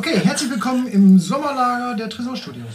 Okay, herzlich willkommen im Sommerlager der Tresorstudios.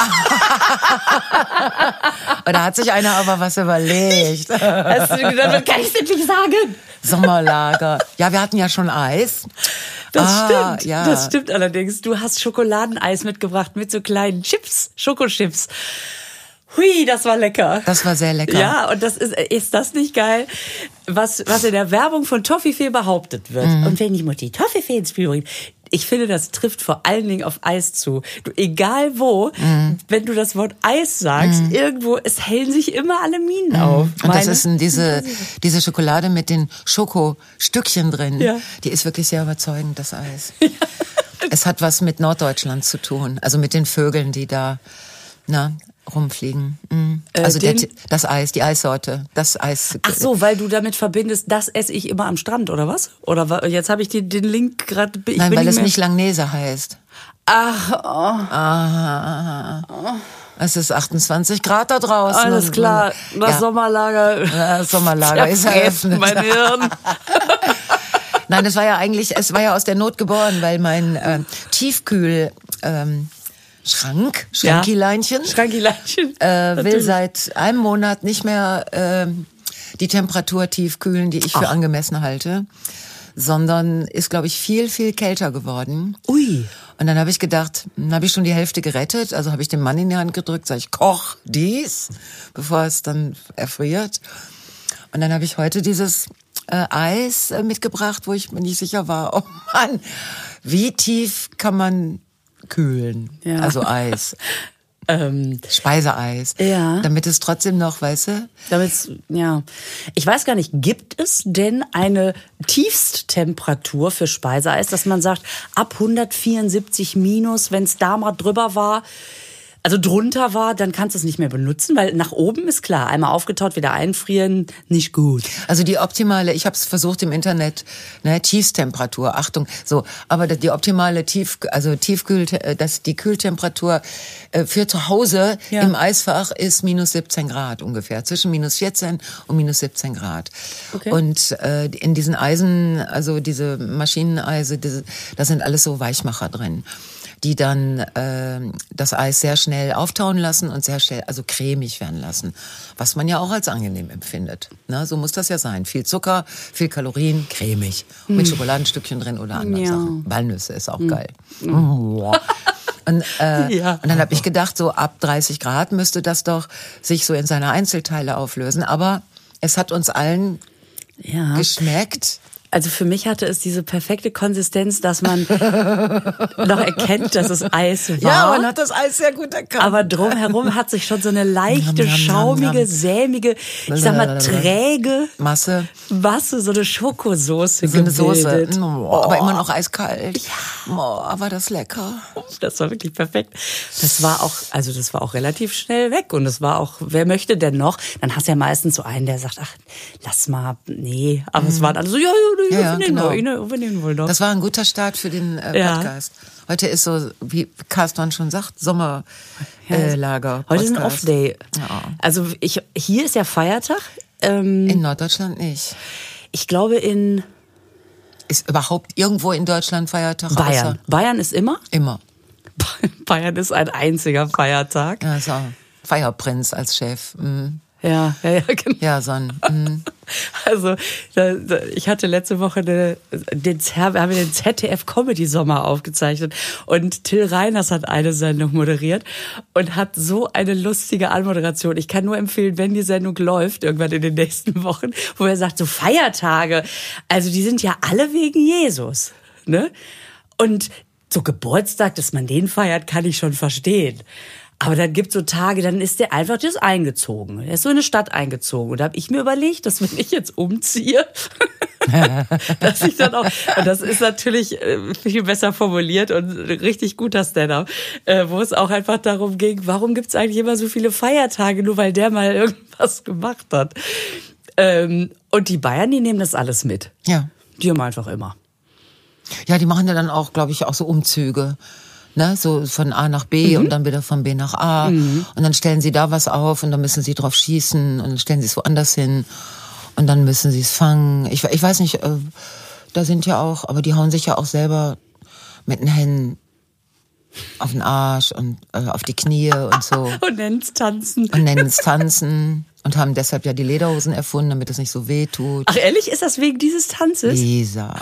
Da hat sich einer aber was überlegt. Hast du gedacht, was kann ich denn nicht sagen? Sommerlager. Ja, wir hatten ja schon Eis. Das stimmt. Ja. Das stimmt allerdings. Du hast Schokoladeneis mitgebracht mit so kleinen Chips, Schokochips. Hui, das war lecker. Das war sehr lecker. Ja, und das ist das nicht geil, was in der Werbung von Toffifee behauptet wird. Und wenn die Mutti Toffifee ins Spiel bringt, ich finde, das trifft vor allen Dingen auf Eis zu. Du, egal wo, wenn du das Wort Eis sagst, irgendwo, es hellen sich immer alle Minen auf. Und das ist diese Schokolade mit den Schokostückchen drin. Ja. Die ist wirklich sehr überzeugend, das Eis. Es hat was mit Norddeutschland zu tun. Also mit den Vögeln, die da rumfliegen. Also das Eis, die Eissorte, das Eis. Ach so, weil du damit verbindest, das esse ich immer am Strand, oder was? Oder jetzt habe ich den Link gerade... Nein, weil es nicht Langnese heißt. Ach, Es ist 28 Grad da draußen. Alles klar, das Sommerlager... Das Sommerlager ist eröffnet. Mein Hirn. Nein, es war ja aus der Not geboren, weil mein Tiefkühl... Schrankileinchen will seit einem Monat nicht mehr die Temperatur tief kühlen, die ich für angemessen halte, sondern ist, glaube ich, viel, viel kälter geworden. Ui. Und dann habe ich gedacht, habe ich schon die Hälfte gerettet, also habe ich dem Mann in die Hand gedrückt, sage ich, koch dies, bevor es dann erfriert. Und dann habe ich heute dieses Eis mitgebracht, wo ich mir nicht sicher war, oh Mann, wie tief kann man kühlen, also Eis. Speiseeis. Ja. Damit es trotzdem noch, weißt du? Ich weiß gar nicht, gibt es denn eine Tiefsttemperatur für Speiseeis, dass man sagt, ab 174 minus, wenn es da mal drüber war, also drunter war, dann kannst du es nicht mehr benutzen, weil nach oben ist klar, einmal aufgetaut, wieder einfrieren, nicht gut. Also die optimale, ich habe es versucht im Internet, Tiefsttemperatur, Achtung, so, aber die optimale die Kühltemperatur für zu Hause im Eisfach ist minus 17 Grad ungefähr, zwischen minus 14 und minus 17 Grad. Okay. Und in diesen Eisen, also diese Maschineneise, da sind alles so Weichmacher drin, die dann das Eis sehr schnell auftauen lassen und sehr schnell, also cremig werden lassen. Was man ja auch als angenehm empfindet. Na, so muss das ja sein. Viel Zucker, viel Kalorien, cremig. Mit Schokoladenstückchen drin oder anderen Sachen. Walnüsse ist auch geil. Und dann habe ich gedacht, so ab 30 Grad müsste das doch sich so in seine Einzelteile auflösen. Aber es hat uns allen geschmeckt. Also für mich hatte es diese perfekte Konsistenz, dass man noch erkennt, dass es Eis war. Ja, man hat das Eis sehr gut erkannt. Aber drumherum hat sich schon so eine leichte, schaumige, sämige, ich sag mal träge Masse, so eine Schokosoße so eine gebildet. Soße. Aber immer noch eiskalt. Ja. War das lecker. Das war wirklich perfekt. Das war auch relativ schnell weg. Und es war auch, wer möchte denn noch? Dann hast du ja meistens so einen, der sagt, ach, lass mal, nee. Aber es waren alle so, wir nehmen wohl noch. Das war ein guter Start für den Podcast. Heute ist so, wie Carsten schon sagt, Sommerlager. Heute ist ein Off-Day. Ja. Also hier ist ja Feiertag. In Norddeutschland nicht. Ich glaube Ist überhaupt irgendwo in Deutschland Feiertag? Bayern. Bayern ist immer? Immer. Bayern ist ein einziger Feiertag. Ja, so. Feierprinz als Chef. Ja, genau. Ja, Son. Also, ich hatte letzte Woche wir haben den ZDF-Comedy-Sommer aufgezeichnet und Till Reiners hat eine Sendung moderiert und hat so eine lustige Anmoderation. Ich kann nur empfehlen, wenn die Sendung läuft, irgendwann in den nächsten Wochen, wo er sagt, so Feiertage, also die sind ja alle wegen Jesus, ne? Und so Geburtstag, dass man den feiert, kann ich schon verstehen. Aber dann gibt's so Tage, dann ist der einfach das eingezogen. Er ist so in eine Stadt eingezogen. Und da habe ich mir überlegt, dass wenn ich jetzt umziehe, dass ich dann auch, und das ist natürlich viel besser formuliert und richtig guter Stand-up, wo es auch einfach darum ging, warum gibt's eigentlich immer so viele Feiertage, nur weil der mal irgendwas gemacht hat. Und die Bayern, die nehmen das alles mit. Ja. Die haben einfach immer. Ja, die machen ja dann auch, glaube ich, auch so Umzüge. Ne, so von A nach B und dann wieder von B nach A. Und dann stellen sie da was auf und dann müssen sie drauf schießen und dann stellen sie es woanders hin und dann müssen sie es fangen. Ich weiß nicht, da sind ja auch, aber die hauen sich ja auch selber mit den Händen auf den Arsch und auf die Knie und so. Und nennen's Tanzen. Und haben deshalb ja die Lederhosen erfunden, damit es nicht so weh tut. Ach ehrlich, ist das wegen dieses Tanzes? Lisa.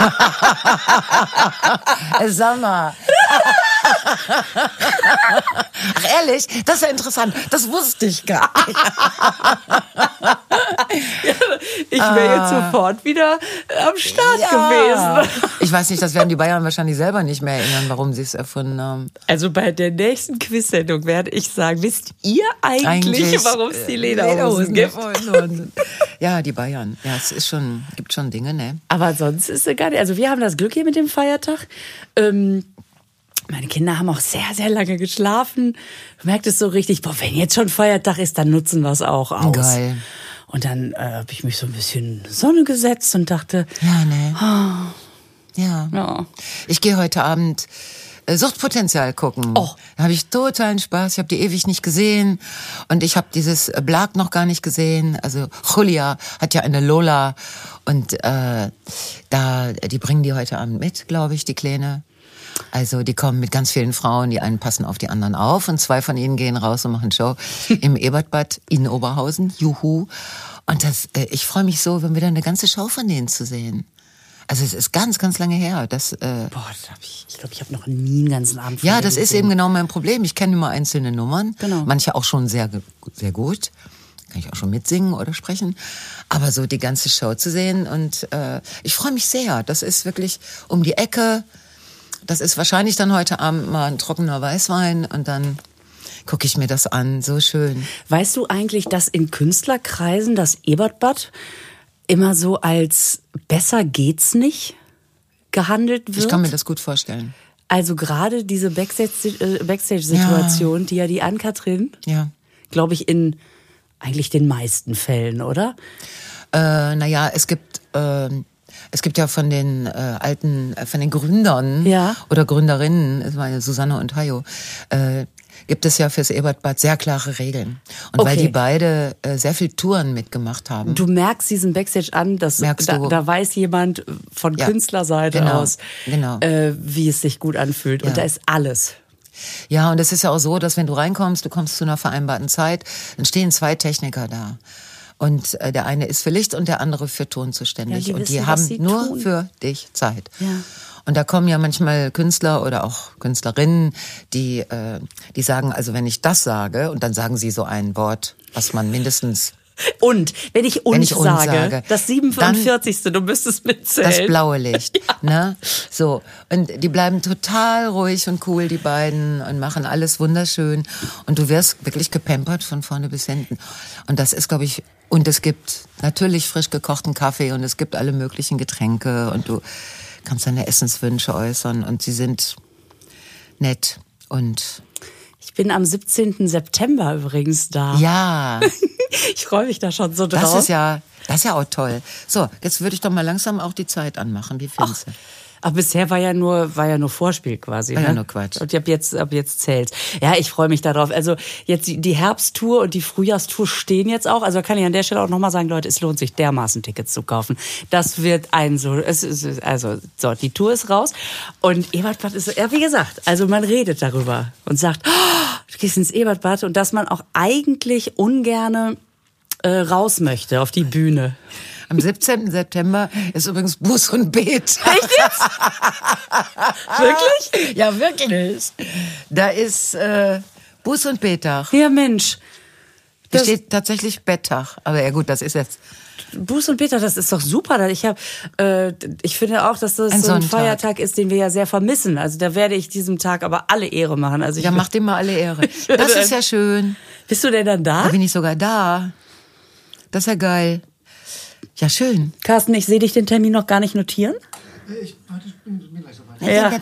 Sag mal. Ach ehrlich, das ist ja interessant. Das wusste ich gar nicht. Ich wäre jetzt sofort wieder am Start gewesen. Ich weiß nicht, das werden die Bayern wahrscheinlich selber nicht mehr erinnern, warum sie es erfunden haben. Also bei der nächsten Quiz-Sendung werde ich sagen, wisst ihr eigentlich warum es die Lederhosen gibt? Ja, die Bayern. Ja, es ist schon, gibt schon Dinge, ne? Aber sonst ist es gar nicht. Also wir haben das Glück hier mit dem Feiertag. Meine Kinder haben auch sehr, sehr lange geschlafen. Du merkst es so richtig, boah, wenn jetzt schon Feiertag ist, dann nutzen wir es auch aus. Geil. Und dann habe ich mich so ein bisschen in die Sonne gesetzt und dachte, ja, ne? Oh, ja. Ich gehe heute Abend Suchtpotenzial gucken. Oh. Da habe ich totalen Spaß. Ich habe die ewig nicht gesehen. Und ich habe dieses Blag noch gar nicht gesehen. Also Julia hat ja eine Lola. Und die bringen die heute Abend mit, glaube ich, die Kleine. Also die kommen mit ganz vielen Frauen, die einen passen auf die anderen auf. Und 2 von ihnen gehen raus und machen Show im Ebertbad in Oberhausen. Juhu. Und ich freue mich so, wenn wieder eine ganze Show von denen zu sehen. Also es ist ganz, ganz lange her. Ich glaube, ich habe noch nie einen ganzen Abend Ja, das ist eben genau mein Problem. Ich kenne immer einzelne Nummern. Genau. Manche auch schon sehr, sehr gut. Kann ich auch schon mitsingen oder sprechen. Aber so die ganze Show zu sehen. Und ich freue mich sehr. Das ist wirklich um die Ecke. Das ist wahrscheinlich dann heute Abend mal ein trockener Weißwein. Und dann gucke ich mir das an. So schön. Weißt du eigentlich, dass in Künstlerkreisen das Ebertbad immer so als besser geht's nicht gehandelt wird? Ich kann mir das gut vorstellen. Also gerade diese Backstage-Situation, die ja die Ann-Kathrin, glaube ich, in eigentlich den meisten Fällen, oder? Naja, es gibt ja von den von den Gründern oder Gründerinnen, es war ja Susanne und Hajo, gibt es ja fürs Ebertbad sehr klare Regeln. Und weil die beide sehr viel Touren mitgemacht haben. Du merkst diesen Backstage an, dass da weiß jemand von Künstlerseite aus, wie es sich gut anfühlt. Und da ist alles. Ja, und es ist ja auch so, dass wenn du reinkommst, du kommst zu einer vereinbarten Zeit, dann stehen 2 Techniker da. Und der eine ist für Licht und der andere für Ton zuständig. Ja, und die haben nur für dich Zeit. Ja. Und da kommen ja manchmal Künstler oder auch Künstlerinnen, die sagen, also wenn ich das sage, und dann sagen sie so ein Wort, was man mindestens... Und, wenn ich sage, das 47. Du müsstest mitzählen. Das blaue Licht, ne? So. Und die bleiben total ruhig und cool, die beiden, und machen alles wunderschön. Und du wirst wirklich gepampert von vorne bis hinten. Und das ist, glaube ich, und es gibt natürlich frisch gekochten Kaffee und es gibt alle möglichen Getränke und du kannst deine Essenswünsche äußern und sie sind nett und... Ich bin am 17. September übrigens da. Ja. Ich freue mich da schon so drauf. Das ist ja auch toll. So, jetzt würde ich doch mal langsam auch die Zeit anmachen. Wie findest du? Aber bisher war ja nur Vorspiel quasi. War ja nur Quatsch. Und ab jetzt zählt's. Ja, ich freue mich darauf. Also jetzt die Herbsttour und die Frühjahrstour stehen jetzt auch. Also kann ich an der Stelle auch nochmal sagen, Leute, es lohnt sich dermaßen Tickets zu kaufen. Das wird die Tour ist raus. Und Ebertbad ist, ja wie gesagt, also man redet darüber und sagt, du gehst ins Ebertbad, und dass man auch eigentlich ungerne raus möchte auf die Bühne. Am 17. September ist übrigens Buß und Bet. Echt jetzt? Wirklich? Ja, wirklich. Da ist Buß- und Bettag. Ja, Mensch. Da steht tatsächlich Betttag. Aber ja gut, das ist jetzt... Buß- und Bettag, das ist doch super. Ich finde auch, dass das so ein Feiertag ist, den wir ja sehr vermissen. Also da werde ich diesem Tag aber alle Ehre machen. Also mach dem mal alle Ehre. Das ist ja schön. Bist du denn dann da? Da bin ich sogar da. Das ist ja geil. Ja, schön. Carsten, ich sehe dich den Termin noch gar nicht notieren. Ich bin gleich so weit.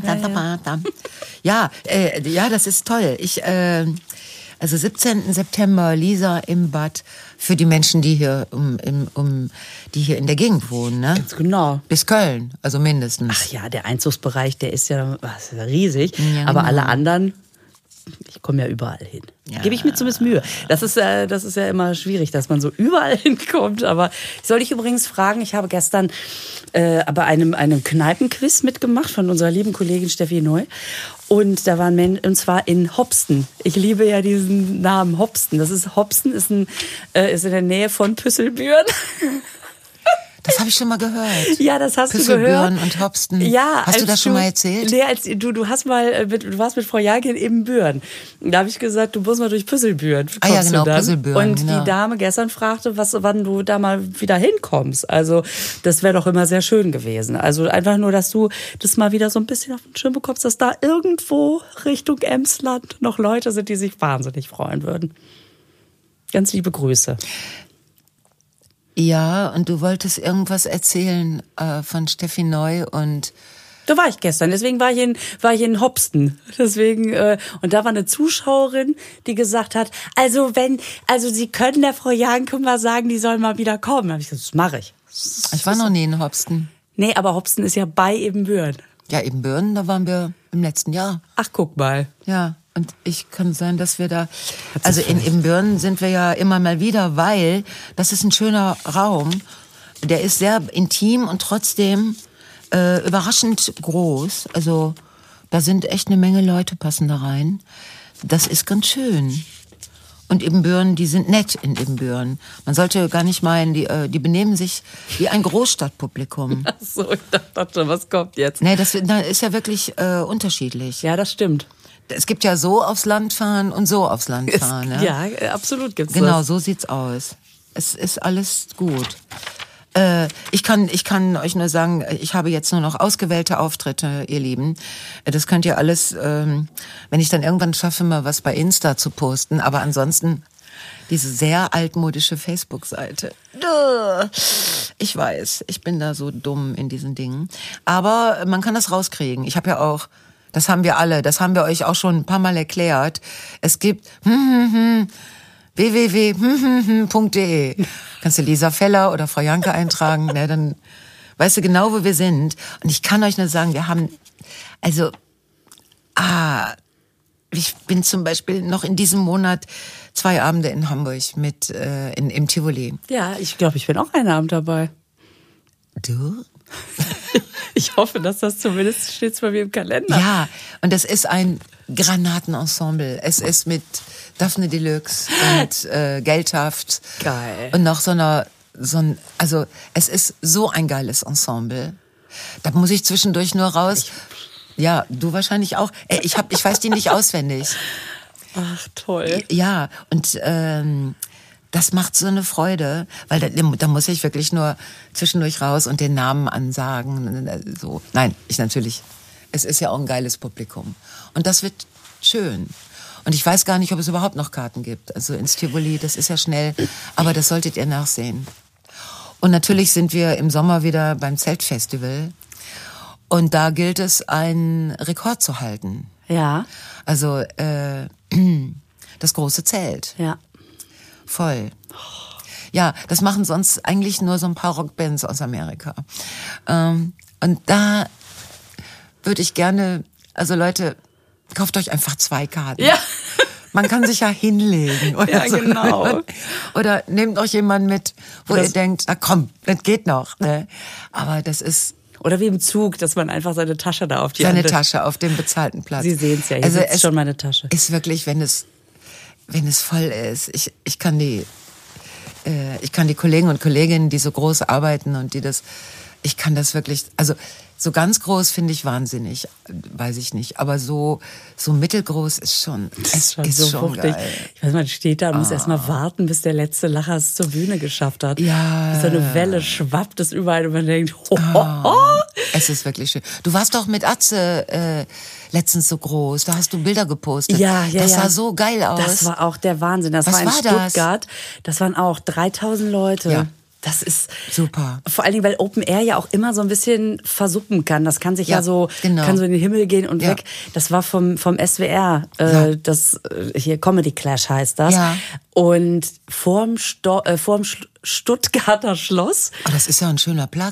Ja, das ist toll. Also 17. September, Lisa im Bad, für die Menschen, die hier die hier in der Gegend wohnen, ne? Ganz genau. Bis Köln, also mindestens. Ach ja, der Einzugsbereich, der ist ja riesig. Ja, aber genau. alle anderen ich komme ja überall hin. Ja. Gebe ich mir zumindest Mühe. Das ist ja immer schwierig, dass man so überall hinkommt. Aber ich soll dich übrigens fragen, ich habe gestern bei einem Kneipenquiz mitgemacht von unserer lieben Kollegin Steffi Neu. Und da waren Menschen, und zwar in Hopsten. Ich liebe ja diesen Namen Hopsten. Hopsten ist in der Nähe von Püsselbüren. Das habe ich schon mal gehört. Ja, das hast du gehört. Püsselbüren und Hopsten. Ja, hast du das schon mal erzählt? Nee, du warst mit Frau Jage in Ebenbüren. Da habe ich gesagt, du musst mal durch Püsselbüren. Ja, genau, Püsselbüren. Und die Dame gestern fragte, wann du da mal wieder hinkommst. Also das wäre doch immer sehr schön gewesen. Also einfach nur, dass du das mal wieder so ein bisschen auf den Schirm bekommst, dass da irgendwo Richtung Emsland noch Leute sind, die sich wahnsinnig freuen würden. Ganz liebe Grüße. Ja, und du wolltest irgendwas erzählen von Steffi Neu und... Da war ich gestern, deswegen war ich in Hopsten. Deswegen, und da war eine Zuschauerin, die gesagt hat, also Sie können der Frau Janke mal sagen, die soll mal wieder kommen. Da habe ich gesagt, das mache ich. Ich war noch nie in Hopsten. Nee, aber Hopsten ist ja bei Ebenbüren. Ja, Ebenbüren, da waren wir im letzten Jahr. Ach, guck mal. Ja. Und ich kann sein, dass wir da, also in Ebenbüren sind wir ja immer mal wieder, weil das ist ein schöner Raum. Der ist sehr intim und trotzdem überraschend groß. Also da sind echt eine Menge Leute passen da rein. Das ist ganz schön. Und Ebenbüren, die sind nett in Ebenbüren. Man sollte gar nicht meinen, die benehmen sich wie ein Großstadtpublikum. Ach so, ich dachte, was kommt jetzt? Nee, das ist ja wirklich unterschiedlich. Ja, das stimmt. Es gibt ja so aufs Land fahren und so aufs Land fahren. Ne? Ja, absolut gibt's genau, das. So sieht's aus. Es ist alles gut. Ich kann euch nur sagen, ich habe jetzt nur noch ausgewählte Auftritte, ihr Lieben. Das könnt ihr alles, wenn ich dann irgendwann schaffe, mal was bei Insta zu posten. Aber ansonsten diese sehr altmodische Facebook-Seite. Ich weiß, ich bin da so dumm in diesen Dingen. Aber man kann das rauskriegen. Ich habe ja auch... Das haben wir alle, das haben wir euch auch schon ein paar Mal erklärt. Es gibt www.de. Kannst du Lisa Feller oder Frau Janke eintragen, ne, dann weißt du genau, wo wir sind. Und ich kann euch nur sagen, wir haben, ich bin zum Beispiel noch in diesem Monat 2 Abende in Hamburg im Tivoli. Ja, ich glaube, ich bin auch einen Abend dabei. Du? Ich hoffe, dass das zumindest steht bei mir im Kalender. Ja, und das ist ein Granatenensemble. Es ist mit Daphne Deluxe und Geldhaft. Geil. Und noch also es ist so ein geiles Ensemble. Da muss ich zwischendurch nur raus. Ja, du wahrscheinlich auch. Ich weiß die nicht auswendig. Ach, toll. Ja, und das macht so eine Freude, weil da muss ich wirklich nur zwischendurch raus und den Namen ansagen. So. Nein, es ist ja auch ein geiles Publikum. Und das wird schön. Und ich weiß gar nicht, ob es überhaupt noch Karten gibt. Also ins Tivoli, das ist ja schnell, aber das solltet ihr nachsehen. Und natürlich sind wir im Sommer wieder beim Zeltfestival. Und da gilt es, einen Rekord zu halten. Ja. Also das große Zelt. Ja. Voll. Ja, das machen sonst eigentlich nur so ein paar Rockbands aus Amerika. Und da würde ich gerne, also Leute, kauft euch einfach 2 Karten. Ja. Man kann sich ja hinlegen oder ja, so. Genau. Oder nehmt euch jemanden mit, wo ihr denkt, na komm, das geht noch. Ne? Aber das ist... Oder wie im Zug, dass man einfach seine Tasche da auf die Seine Tasche auf dem bezahlten Platz. Sie sehen es ja, hier sitzt schon meine Tasche. Ist wirklich, wenn es voll ist, ich kann die Kollegen und Kolleginnen, die so groß arbeiten und ich kann das wirklich, also so ganz groß finde ich wahnsinnig, weiß ich nicht, aber so mittelgroß ist schon, ist schon geil. Ich weiß, man steht da und muss erst mal warten, bis der letzte Lacher es zur Bühne geschafft hat. Ja. Bis so eine Welle schwappt es überall und man denkt, Es ist wirklich schön. Du warst doch mit Atze letztens so groß, da hast du Bilder gepostet. Ja. Das sah so geil aus. Das war auch der Wahnsinn. Das Was war in war Stuttgart. Das waren auch 3000 Leute. Ja. Das ist super. Vor allen Dingen, weil Open Air ja auch immer so ein bisschen versuppen kann. Das kann sich kann so in den Himmel gehen und weg. Das war vom SWR, das hier Comedy Clash heißt das. Ja. Und vorm Stuttgarter Schloss. Oh, das ist ja ein schöner Platz.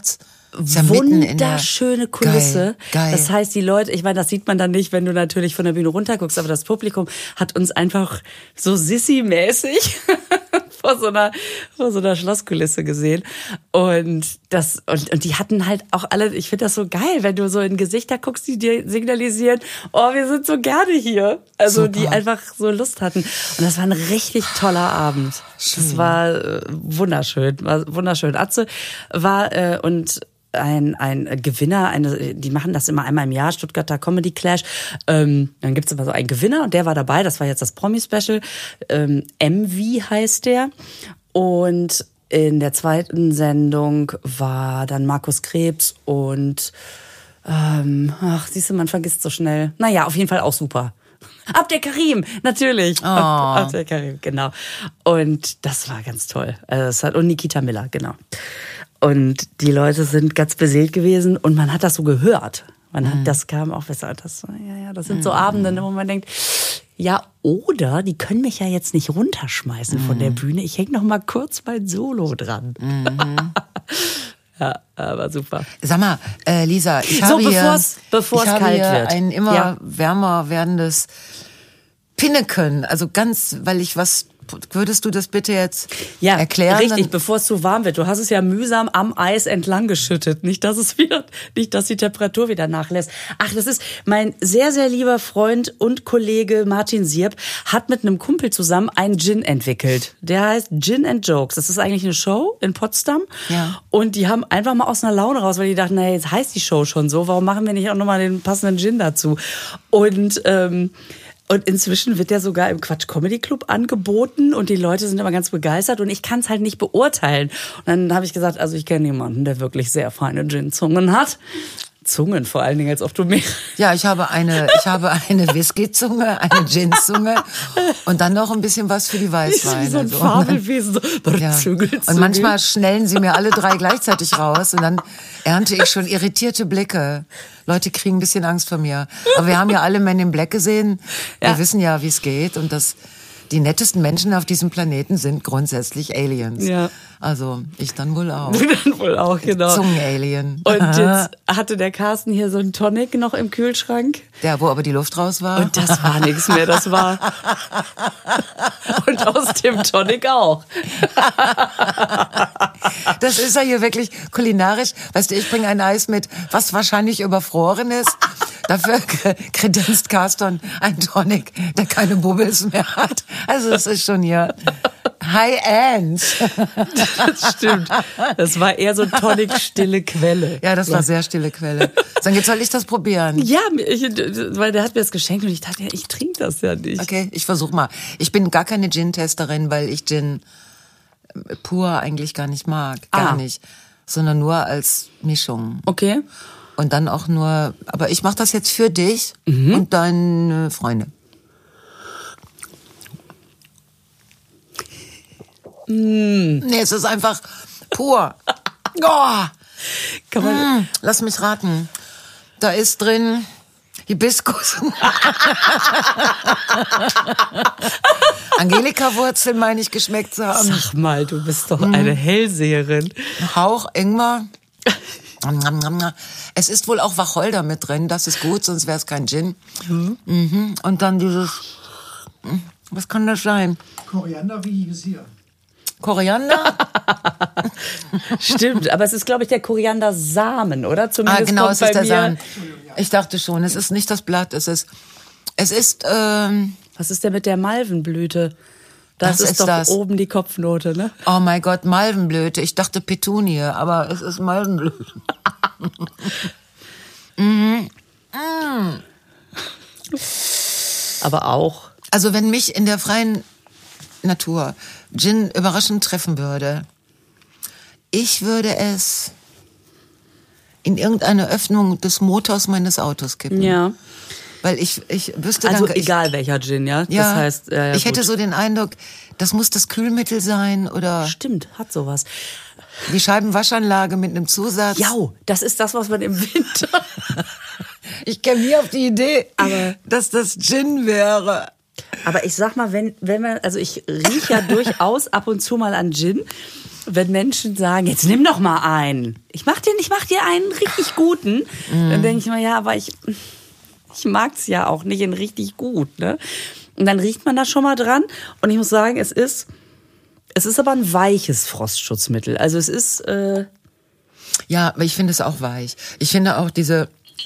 wunderschöne Kulisse. Geil. Das heißt, die Leute, ich meine, das sieht man dann nicht, wenn du natürlich von der Bühne runterguckst, aber das Publikum hat uns einfach so Sissi-mäßig vor so einer Schlosskulisse gesehen. Und die hatten halt auch alle, ich finde das so geil, wenn du so in Gesichter guckst, die dir signalisieren, oh, wir sind so gerne hier. Also super. Die einfach so Lust hatten. Und das war ein richtig toller Abend. Schön. Das war wunderschön. Atze war und ein Gewinner, die machen das immer einmal im Jahr, Stuttgarter Comedy Clash. Dann gibt's immer so einen Gewinner und der war dabei, das war jetzt das Promi-Special. MV heißt der. Und in der zweiten Sendung war dann Markus Krebs und siehst du, man vergisst so schnell. Naja, auf jeden Fall auch super. Abdel Karim, natürlich. Oh. Abdel Karim, genau. Und das war ganz toll. Und Nikita Miller, genau. Und die Leute sind ganz beseelt gewesen und man hat das so gehört. Das kam auch besser. Das sind so Abende, wo man denkt, ja, oder die können mich ja jetzt nicht runterschmeißen von der Bühne. Ich hänge noch mal kurz mein Solo dran. Ja, aber super. Sag mal, Lisa, ich habe bevor es kalt wird. Ein immer wärmer werdendes Pinneken. Also würdest du das bitte jetzt erklären? Richtig, bevor es zu warm wird. Du hast es ja mühsam am Eis entlang geschüttet. Nicht, dass die Temperatur wieder nachlässt. Ach, das ist mein sehr, sehr lieber Freund und Kollege Martin Sierp hat mit einem Kumpel zusammen einen Gin entwickelt. Der heißt Gin and Jokes. Das ist eigentlich eine Show in Potsdam. Ja. Und die haben einfach mal aus einer Laune raus, weil die dachten, naja, jetzt heißt die Show schon so. Warum machen wir nicht auch nochmal den passenden Gin dazu? Und inzwischen wird der sogar im Quatsch Comedy Club angeboten und die Leute sind immer ganz begeistert und ich kann es halt nicht beurteilen. Und dann habe ich gesagt, also ich kenne jemanden, der wirklich sehr feine Gin-Zungen hat. Zungen vor allen Dingen, als ob du mehr... Ja, ich habe eine Whisky-Zunge, eine Gin-Zunge und dann noch ein bisschen was für die Weißweine. Wie so ein Fabelwesen. Ja. Und manchmal schnellen sie mir alle drei gleichzeitig raus und dann ernte ich schon irritierte Blicke. Leute kriegen ein bisschen Angst vor mir. Aber wir haben ja alle Men in Black gesehen. Wir wissen ja, wie es geht und die nettesten Menschen auf diesem Planeten sind grundsätzlich Aliens. Ja. Also ich dann wohl auch. Du dann wohl auch, genau. Zungen-Alien. Und jetzt hatte der Carsten hier so einen Tonic noch im Kühlschrank. Der, wo aber die Luft raus war. Und das war nichts mehr, das war... Und aus dem Tonic auch. Das ist ja hier wirklich kulinarisch. Weißt du, ich bringe ein Eis mit, was wahrscheinlich überfroren ist. Dafür kredenzt Carsten ein Tonic, der keine Bubbles mehr hat. Also es ist schon hier High-End. Das stimmt. Das war eher so Tonic stille Quelle. Ja, das war sehr stille Quelle. Sag, jetzt soll ich das probieren. Ja, weil der hat mir das geschenkt und ich dachte, ja, ich trinke das ja nicht. Okay, ich versuch mal. Ich bin gar keine Gin-Testerin, weil ich Gin pur eigentlich gar nicht mag. Gar nicht. Sondern nur als Mischung. Okay. Und dann auch nur, aber ich mache das jetzt für dich und deine Freunde. Nee, es ist einfach pur. Oh. Kann man Lass mich raten. Da ist drin Hibiskus. Angelika-Wurzel meine ich geschmeckt zu haben. Sag mal, du bist doch eine Hellseherin. Hauch Ingwer. Es ist wohl auch Wacholder mit drin, das ist gut, sonst wäre es kein Gin. Und dann dieses, was kann das sein? Koriander wie hier. Koriander? Stimmt, aber es ist, glaube ich, der Koriandersamen, oder? Zumindest genau, kommt es ist der mir Samen. Ich dachte schon, es ist nicht das Blatt, es ist, was ist denn mit der Malvenblüte? Das ist doch das. Oben die Kopfnote, ne? Oh mein Gott, Malvenblüte. Ich dachte Petunie, aber es ist Malvenblüte. Aber auch. Also wenn mich in der freien Natur Gin überraschend treffen würde, ich würde es in irgendeine Öffnung des Motors meines Autos kippen. Ja. Weil ich wüsste also dann... egal welcher Gin, ja? Ja, das heißt, ich hätte so den Eindruck, das muss das Kühlmittel sein oder... Stimmt, hat sowas. Die Scheibenwaschanlage mit einem Zusatz. Ja, das ist das, was man im Winter... Ich käme nie auf die Idee, dass das Gin wäre. Aber ich sag mal, wenn man, also ich rieche ja durchaus ab und zu mal an Gin, wenn Menschen sagen, jetzt nimm doch mal einen. Ich mach dir einen richtig guten. Dann denke ich mir, ja, aber ich mag's ja auch nicht in richtig gut, ne? Und dann riecht man da schon mal dran. Und ich muss sagen, es ist aber ein weiches Frostschutzmittel. Also es ist... Ja, aber ich finde es auch weich. Ich finde auch diese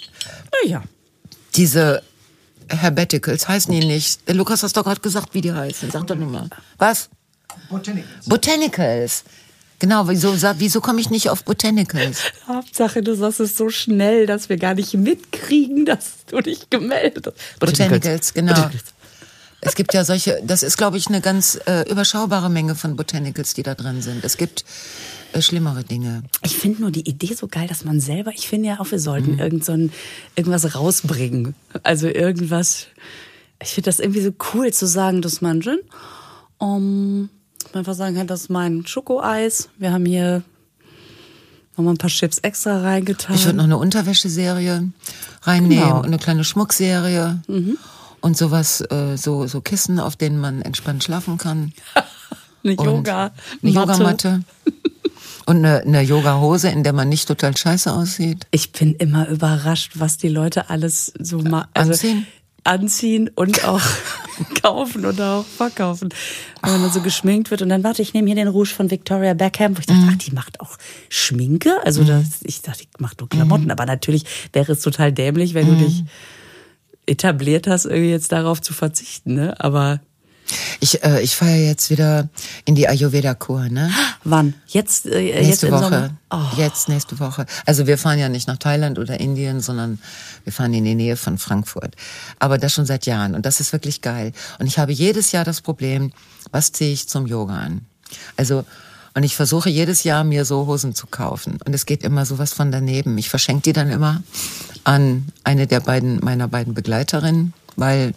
Herbeticals heißen die nicht. Lukas, hast doch gerade gesagt, wie die heißen. Sag doch nochmal. Was? Botanicals. Genau, wieso komme ich nicht auf Botanicals? Hauptsache, du sagst es so schnell, dass wir gar nicht mitkriegen, dass du dich gemeldet hast. Botanicals, genau. Botanicals. Es gibt ja solche, das ist, glaube ich, eine ganz überschaubare Menge von Botanicals, die da drin sind. Es gibt schlimmere Dinge. Ich finde nur die Idee so geil, dass man selber, ich finde ja auch, wir sollten irgendwas rausbringen. Also irgendwas, ich finde das irgendwie so cool zu sagen, dass man Gin, einfach sagen kann, das ist mein Schokoeis. Wir haben hier nochmal ein paar Chips extra reingetan. Ich würde noch eine Unterwäscheserie reinnehmen und eine kleine Schmuckserie und sowas, so Kissen, auf denen man entspannt schlafen kann. Eine Yogamatte. Und eine Yoga-Hose, in der man nicht total scheiße aussieht. Ich bin immer überrascht, was die Leute alles so anziehen und auch kaufen oder auch verkaufen. Wenn man dann so geschminkt wird. Und dann ich nehme hier den Rouge von Victoria Beckham, wo ich dachte, die macht auch Schminke? Also ich dachte, die macht nur Klamotten. Aber natürlich wäre es total dämlich, wenn du dich etabliert hast, irgendwie jetzt darauf zu verzichten. Ne? Aber ich fahre jetzt wieder in die Ayurveda-Kur, ne? Wann? Jetzt nächste Woche. Sommer? Oh. Jetzt nächste Woche. Also wir fahren ja nicht nach Thailand oder Indien, sondern wir fahren in die Nähe von Frankfurt. Aber das schon seit Jahren und das ist wirklich geil. Und ich habe jedes Jahr das Problem, was ziehe ich zum Yoga an? Also und ich versuche jedes Jahr mir so Hosen zu kaufen und es geht immer sowas von daneben. Ich verschenke die dann immer an eine meiner beiden Begleiterinnen, weil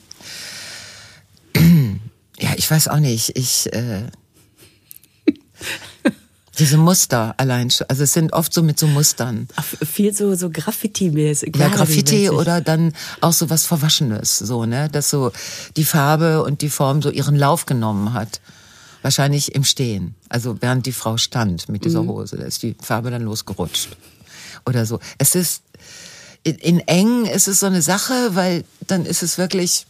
ja, ich weiß auch nicht. Diese Muster allein schon. Also es sind oft so mit so Mustern. Ach, viel so Graffiti-mäßig. Ja, Graffiti oder dann auch so was Verwaschenes, so, ne? Dass so die Farbe und die Form so ihren Lauf genommen hat. Wahrscheinlich im Stehen. Also während die Frau stand mit dieser Hose. Da ist die Farbe dann losgerutscht. Oder so. Es ist, in eng ist es so eine Sache, weil dann ist es wirklich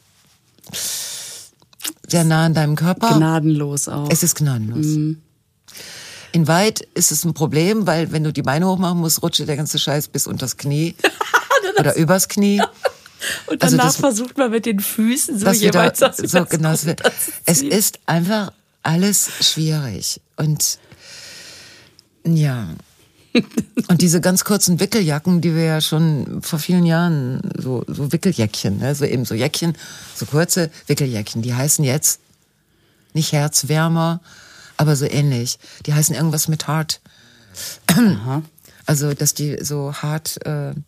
sehr nah an deinem Körper. Gnadenlos auch. Es ist gnadenlos. In weit ist es ein Problem, weil wenn du die Beine hochmachen musst, rutscht der ganze Scheiß bis unters Knie oder übers Knie. Und danach versucht man mit den Füßen so jeweils das so genau. Es ist einfach alles schwierig und ja. Und diese ganz kurzen Wickeljacken, die wir ja schon vor vielen Jahren, so Wickeljäckchen, ne? So eben so Jäckchen, so kurze Wickeljäckchen, die heißen jetzt nicht Herzwärmer, aber so ähnlich. Die heißen irgendwas mit Hart. Aha. Also, dass die so hart,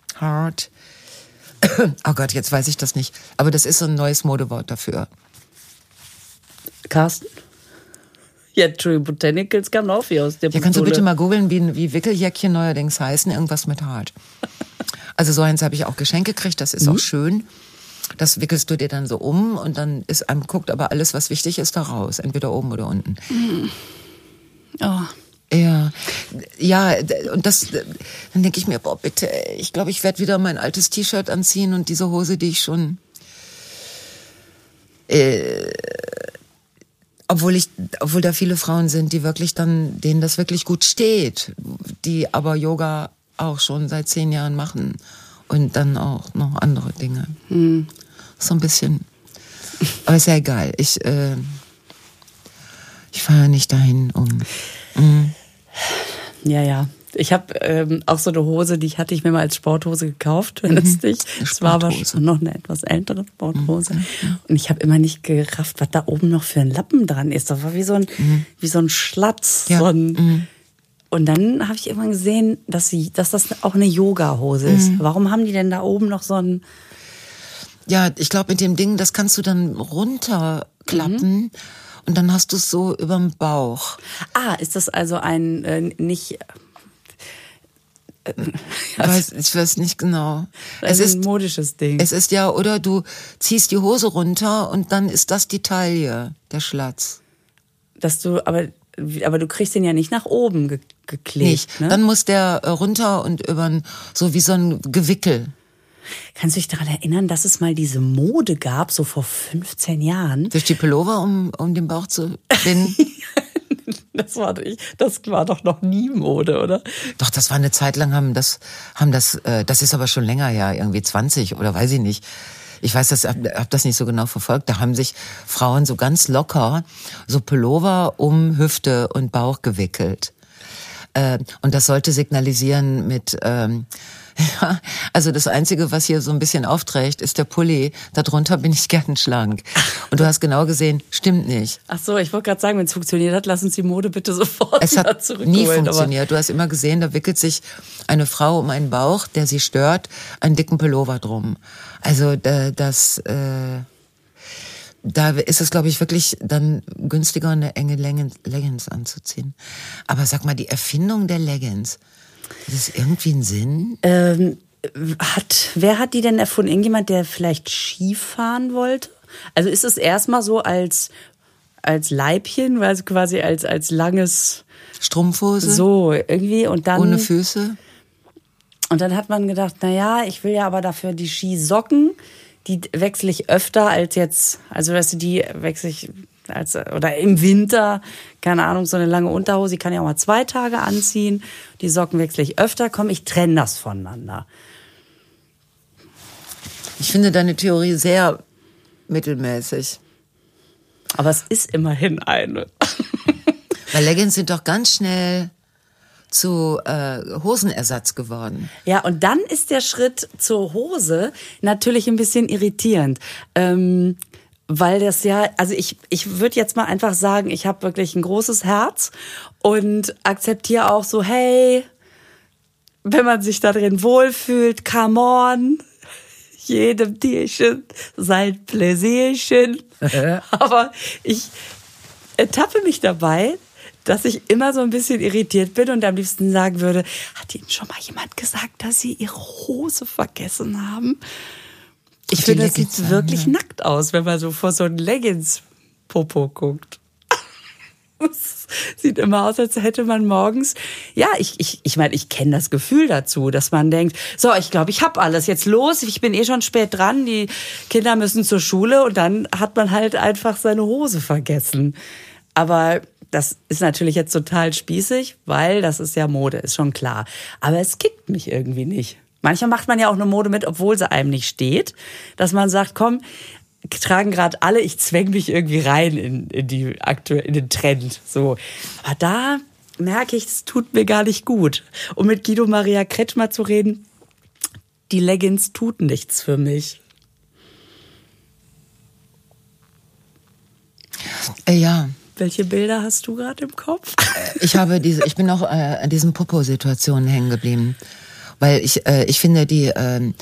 oh Gott, jetzt weiß ich das nicht. Aber das ist so ein neues Modewort dafür. Carsten? Ja, True Botanicals kam auch wie aus der Ja, kannst du bitte mal googeln, wie Wickeljäckchen neuerdings heißen? Irgendwas mit Hart. Also so eins habe ich auch geschenkt gekriegt, das ist auch schön. Das wickelst du dir dann so um und dann guckt aber alles, was wichtig ist, da raus. Entweder oben oder unten. Oh. Ja, und dann denke ich mir, boah, bitte, ich glaube, ich werde wieder mein altes T-Shirt anziehen und diese Hose, die ich schon... Obwohl da viele Frauen sind, die wirklich denen das wirklich gut steht, die aber Yoga auch schon seit 10 Jahren machen und dann auch noch andere Dinge. So ein bisschen. Aber ist ja egal. Ich fahre nicht dahin, Ja. Ich habe auch so eine Hose, die hatte ich mir mal als Sporthose gekauft, wenn es nicht. Es war aber schon noch eine etwas ältere Sporthose. Und ich habe immer nicht gerafft, was da oben noch für ein Lappen dran ist. Das war wie so ein Schlatz. Ja. Und dann habe ich irgendwann gesehen, dass das auch eine Yoga-Hose ist. Warum haben die denn da oben noch so ein... Ja, ich glaube, mit dem Ding, das kannst du dann runterklappen und dann hast du es so überm Bauch. Ist das also ein nicht Ich weiß nicht genau. Es ist ein modisches Ding. Es ist ja, oder du ziehst die Hose runter und dann ist das die Taille, der Schlatz. Aber du kriegst den ja nicht nach oben geklebt. Nicht. Ne? Dann muss der runter und so wie so ein Gewickel. Kannst du dich daran erinnern, dass es mal diese Mode gab, so vor 15 Jahren? Durch die Pullover, um den Bauch zu binden? Das war doch noch nie Mode, oder? Doch, das war eine Zeit lang, das ist aber schon länger her, irgendwie 20 oder weiß ich nicht. Ich weiß, hab das nicht so genau verfolgt. Da haben sich Frauen so ganz locker so Pullover um Hüfte und Bauch gewickelt. Und das sollte signalisieren mit, ja, also das Einzige, was hier so ein bisschen aufträgt, ist der Pulli. Darunter bin ich gern schlank. Und du hast genau gesehen, stimmt nicht. Ach so, ich wollte gerade sagen, wenn es funktioniert hat, lass uns die Mode bitte sofort Es hat nie funktioniert. Du hast immer gesehen, da wickelt sich eine Frau um einen Bauch, der sie stört, einen dicken Pullover drum. Also da ist es, glaube ich, wirklich dann günstiger, eine enge Leggings anzuziehen. Aber sag mal, die Erfindung der Leggings, hat das irgendwie einen Sinn? Wer hat die denn erfunden? Irgendjemand, der vielleicht Skifahren wollte? Also ist es erstmal so als Leibchen, also quasi als langes Strumpfhose? So, irgendwie. Und dann, ohne Füße? Und dann hat man gedacht, naja, ich will ja aber dafür die Skisocken, die wechsle ich öfter als jetzt, also weißt du, die wechsle ich oder im Winter, keine Ahnung, so eine lange Unterhose, die kann ich auch mal 2 Tage anziehen. Die Socken wechsle ich öfter, ich trenne das voneinander. Ich finde deine Theorie sehr mittelmäßig. Aber es ist immerhin eine. Weil Leggings sind doch ganz schnell zu Hosenersatz geworden. Ja, und dann ist der Schritt zur Hose natürlich ein bisschen irritierend. Weil das ja, also ich würde jetzt mal einfach sagen, ich habe wirklich ein großes Herz und akzeptiere auch so, hey, wenn man sich da drin wohlfühlt, come on, jedem Tierchen sein Pläsierchen. Aber ich ertappe mich dabei, dass ich immer so ein bisschen irritiert bin und am liebsten sagen würde, hat Ihnen schon mal jemand gesagt, dass Sie Ihre Hose vergessen haben? Ich finde, das sieht wirklich nackt aus, wenn man so vor so einen Leggings-Popo guckt. Das sieht immer aus, als hätte man morgens, ja, ich meine, ich kenne das Gefühl dazu, dass man denkt, so, ich glaube, ich habe alles, jetzt los, ich bin schon spät dran, die Kinder müssen zur Schule und dann hat man halt einfach seine Hose vergessen. Aber das ist natürlich jetzt total spießig, weil das ist ja Mode, ist schon klar. Aber es kickt mich irgendwie nicht. Manchmal macht man ja auch eine Mode mit, obwohl sie einem nicht steht, dass man sagt, komm, tragen gerade alle, ich zwäng mich irgendwie rein in den Trend. So. Aber da merke ich, es tut mir gar nicht gut. Um mit Guido Maria Kretschmer zu reden, die Leggings tut nichts für mich. Ja. Welche Bilder hast du gerade im Kopf? Ich bin auch an diesen Popo-Situationen hängen geblieben. Weil ich finde, ich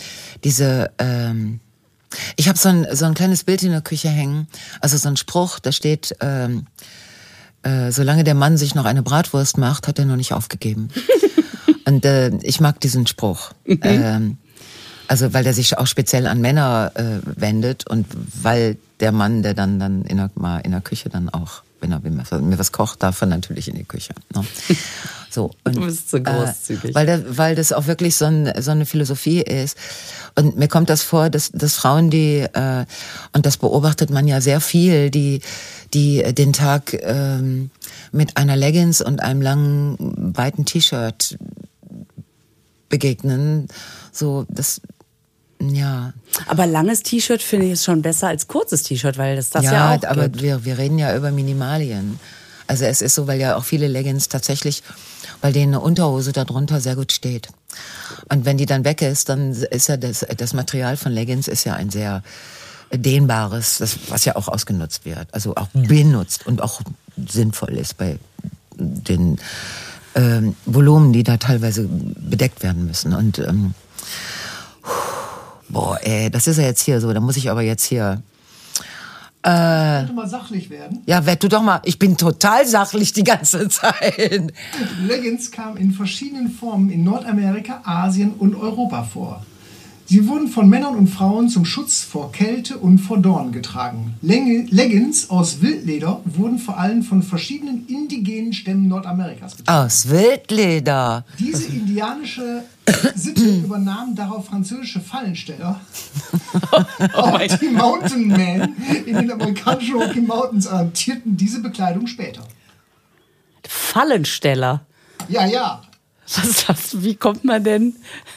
habe so ein kleines Bild in der Küche hängen, also so ein Spruch, da steht, solange der Mann sich noch eine Bratwurst macht, hat er noch nicht aufgegeben. Und ich mag diesen Spruch. Also weil der sich auch speziell an Männer wendet und weil der Mann, der dann in der Küche dann auch, wenn er mir was kocht, darf er natürlich in die Küche. Ne? So, und, du bist so großzügig. Weil das auch wirklich so eine Philosophie ist. Und mir kommt das vor, dass Frauen, und das beobachtet man ja sehr viel, die den Tag mit einer Leggings und einem langen, weiten T-Shirt begegnen. So, ja. Aber langes T-Shirt finde ich ist schon besser als kurzes T-Shirt, weil das ja auch aber gibt. wir reden ja über Minimalien. Also es ist so, weil ja auch viele Leggings tatsächlich, weil denen eine Unterhose darunter sehr gut steht. Und wenn die dann weg ist, dann ist ja das Material von Leggings ist ja ein sehr dehnbares, was ja auch ausgenutzt wird. Also auch benutzt und auch sinnvoll ist bei den Volumen, die da teilweise bedeckt werden müssen. Und das ist ja jetzt hier so, da muss ich aber jetzt hier Sollte mal sachlich werden. Ja, werd du doch mal. Ich bin total sachlich die ganze Zeit. Leggings kamen in verschiedenen Formen in Nordamerika, Asien und Europa vor. Sie wurden von Männern und Frauen zum Schutz vor Kälte und vor Dornen getragen. Leggings aus Wildleder wurden vor allem von verschiedenen indigenen Stämmen Nordamerikas getragen. Aus Wildleder. Diese indianische Sitte übernahmen darauf französische Fallensteller. Auch die Mountain Men in den amerikanischen Rocky Mountains adaptierten diese Bekleidung später. Fallensteller? Ja. Wie kommt man denn...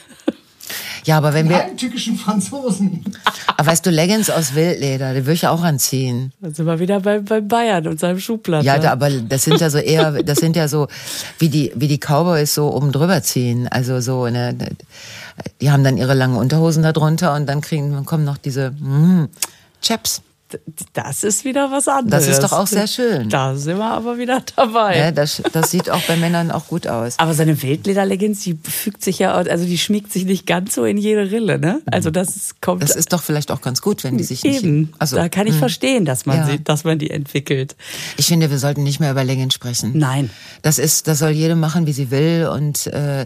Ja, aber wenn die wir... heimtückischen Franzosen. Aber weißt du, Leggings aus Wildleder, die würde ich auch anziehen. Dann sind wir wieder bei Bayern und seinem Schuhplatte. Ja, aber das sind ja so eher, das sind ja so, wie die Cowboys so oben drüber ziehen. Also so, ne, die haben dann ihre langen Unterhosen da drunter und dann kommen noch diese Chaps. Das ist wieder was anderes. Das ist doch auch sehr schön. Da sind wir aber wieder dabei. Ja, das sieht auch bei Männern auch gut aus. Aber seine Wildlederleggings, die fügt sich ja, also die schmiegt sich nicht ganz so in jede Rille, ne? Also das ist doch vielleicht auch ganz gut, wenn die sich eben, nicht... Also, da kann ich verstehen, dass man die entwickelt. Ich finde, wir sollten nicht mehr über Leggings sprechen. Nein. Das soll jede machen, wie sie will und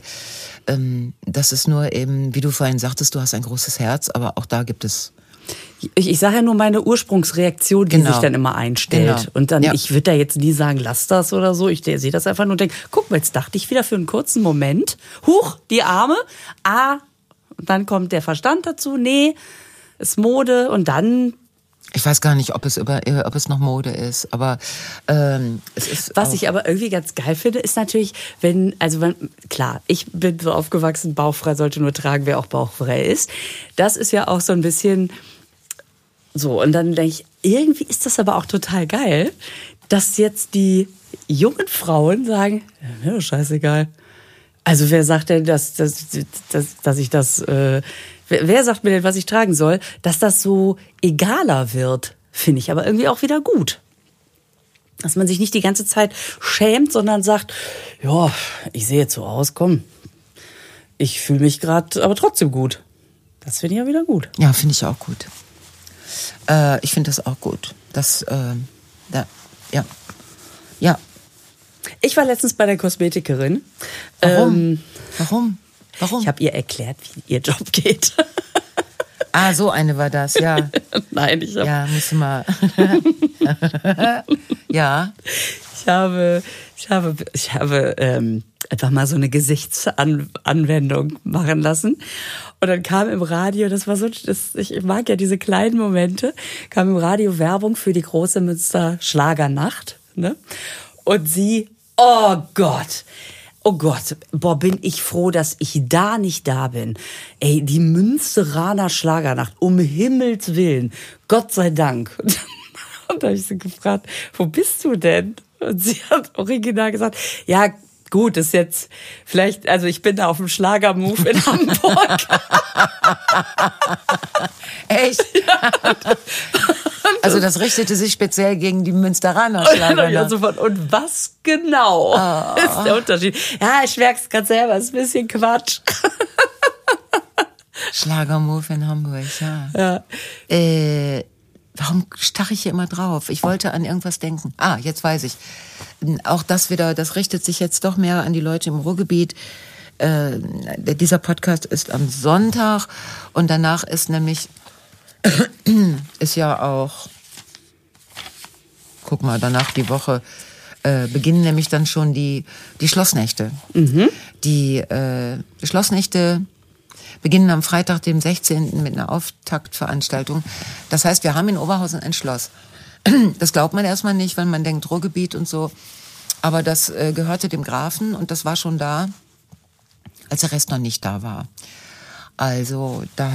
das ist nur eben, wie du vorhin sagtest, du hast ein großes Herz, aber auch da gibt es... Ich sage ja nur meine Ursprungsreaktion, die sich dann immer einstellt. Genau. Und dann, ich würde da jetzt nie sagen, lass das oder so. Ich sehe das einfach nur und denke, guck mal, jetzt dachte ich wieder für einen kurzen Moment, huch, die Arme, und dann kommt der Verstand dazu, nee, ist Mode und dann... Ich weiß gar nicht, ob es noch Mode ist, aber es ist. Was ich aber irgendwie ganz geil finde, ist natürlich, klar, ich bin so aufgewachsen, bauchfrei sollte nur tragen, wer auch bauchfrei ist. Das ist ja auch so ein bisschen so. Und dann denke ich, irgendwie ist das aber auch total geil, dass jetzt die jungen Frauen sagen, ja, scheißegal. Also wer sagt denn, dass ich das... Wer sagt mir denn, was ich tragen soll? Dass das so egaler wird, finde ich aber irgendwie auch wieder gut. Dass man sich nicht die ganze Zeit schämt, sondern sagt, ja, ich sehe jetzt so aus, komm, ich fühle mich gerade aber trotzdem gut. Das finde ich ja wieder gut. Ja, finde ich auch gut. Ich finde das auch gut. Ja. Ich war letztens bei der Kosmetikerin. Warum? Ich habe ihr erklärt, wie ihr Job geht. So eine war das, ja. Nein, ich habe... Ja, müssen wir... Ja. Ich habe einfach mal so eine Gesichtsanwendung machen lassen. Und dann kam im Radio, das war so, ich mag ja diese kleinen Momente, kam im Radio Werbung für die große Münster Schlagernacht. Ne? Und sie, oh Gott, boah, bin ich froh, dass ich da nicht da bin. Ey, die Münsteraner Schlagernacht, um Himmels Willen, Gott sei Dank. Und da habe ich sie gefragt, wo bist du denn? Und sie hat original gesagt, ja, gut, ist jetzt vielleicht, also ich bin da auf dem Schlagermove in Hamburg. Echt? Ja. Also das richtete sich speziell gegen die Münsteraner Schlager. Und was genau ist der Unterschied? Ja, ich merke es gerade selber, ist ein bisschen Quatsch. Schlagermove in Hamburg, ja. Warum starre ich hier immer drauf? Ich wollte an irgendwas denken. Jetzt weiß ich. Auch das richtet sich jetzt doch mehr an die Leute im Ruhrgebiet. Dieser Podcast ist am Sonntag und danach ist nämlich, ist ja auch, guck mal, danach die Woche, beginnen nämlich dann schon die Schlossnächte. Mhm. Die Schlossnächte beginnen am Freitag, dem 16. mit einer Auftaktveranstaltung. Das heißt, wir haben in Oberhausen ein Schloss. Das glaubt man erstmal nicht, weil man denkt Ruhrgebiet und so. Aber das gehörte dem Grafen und das war schon da, als der Rest noch nicht da war. Also da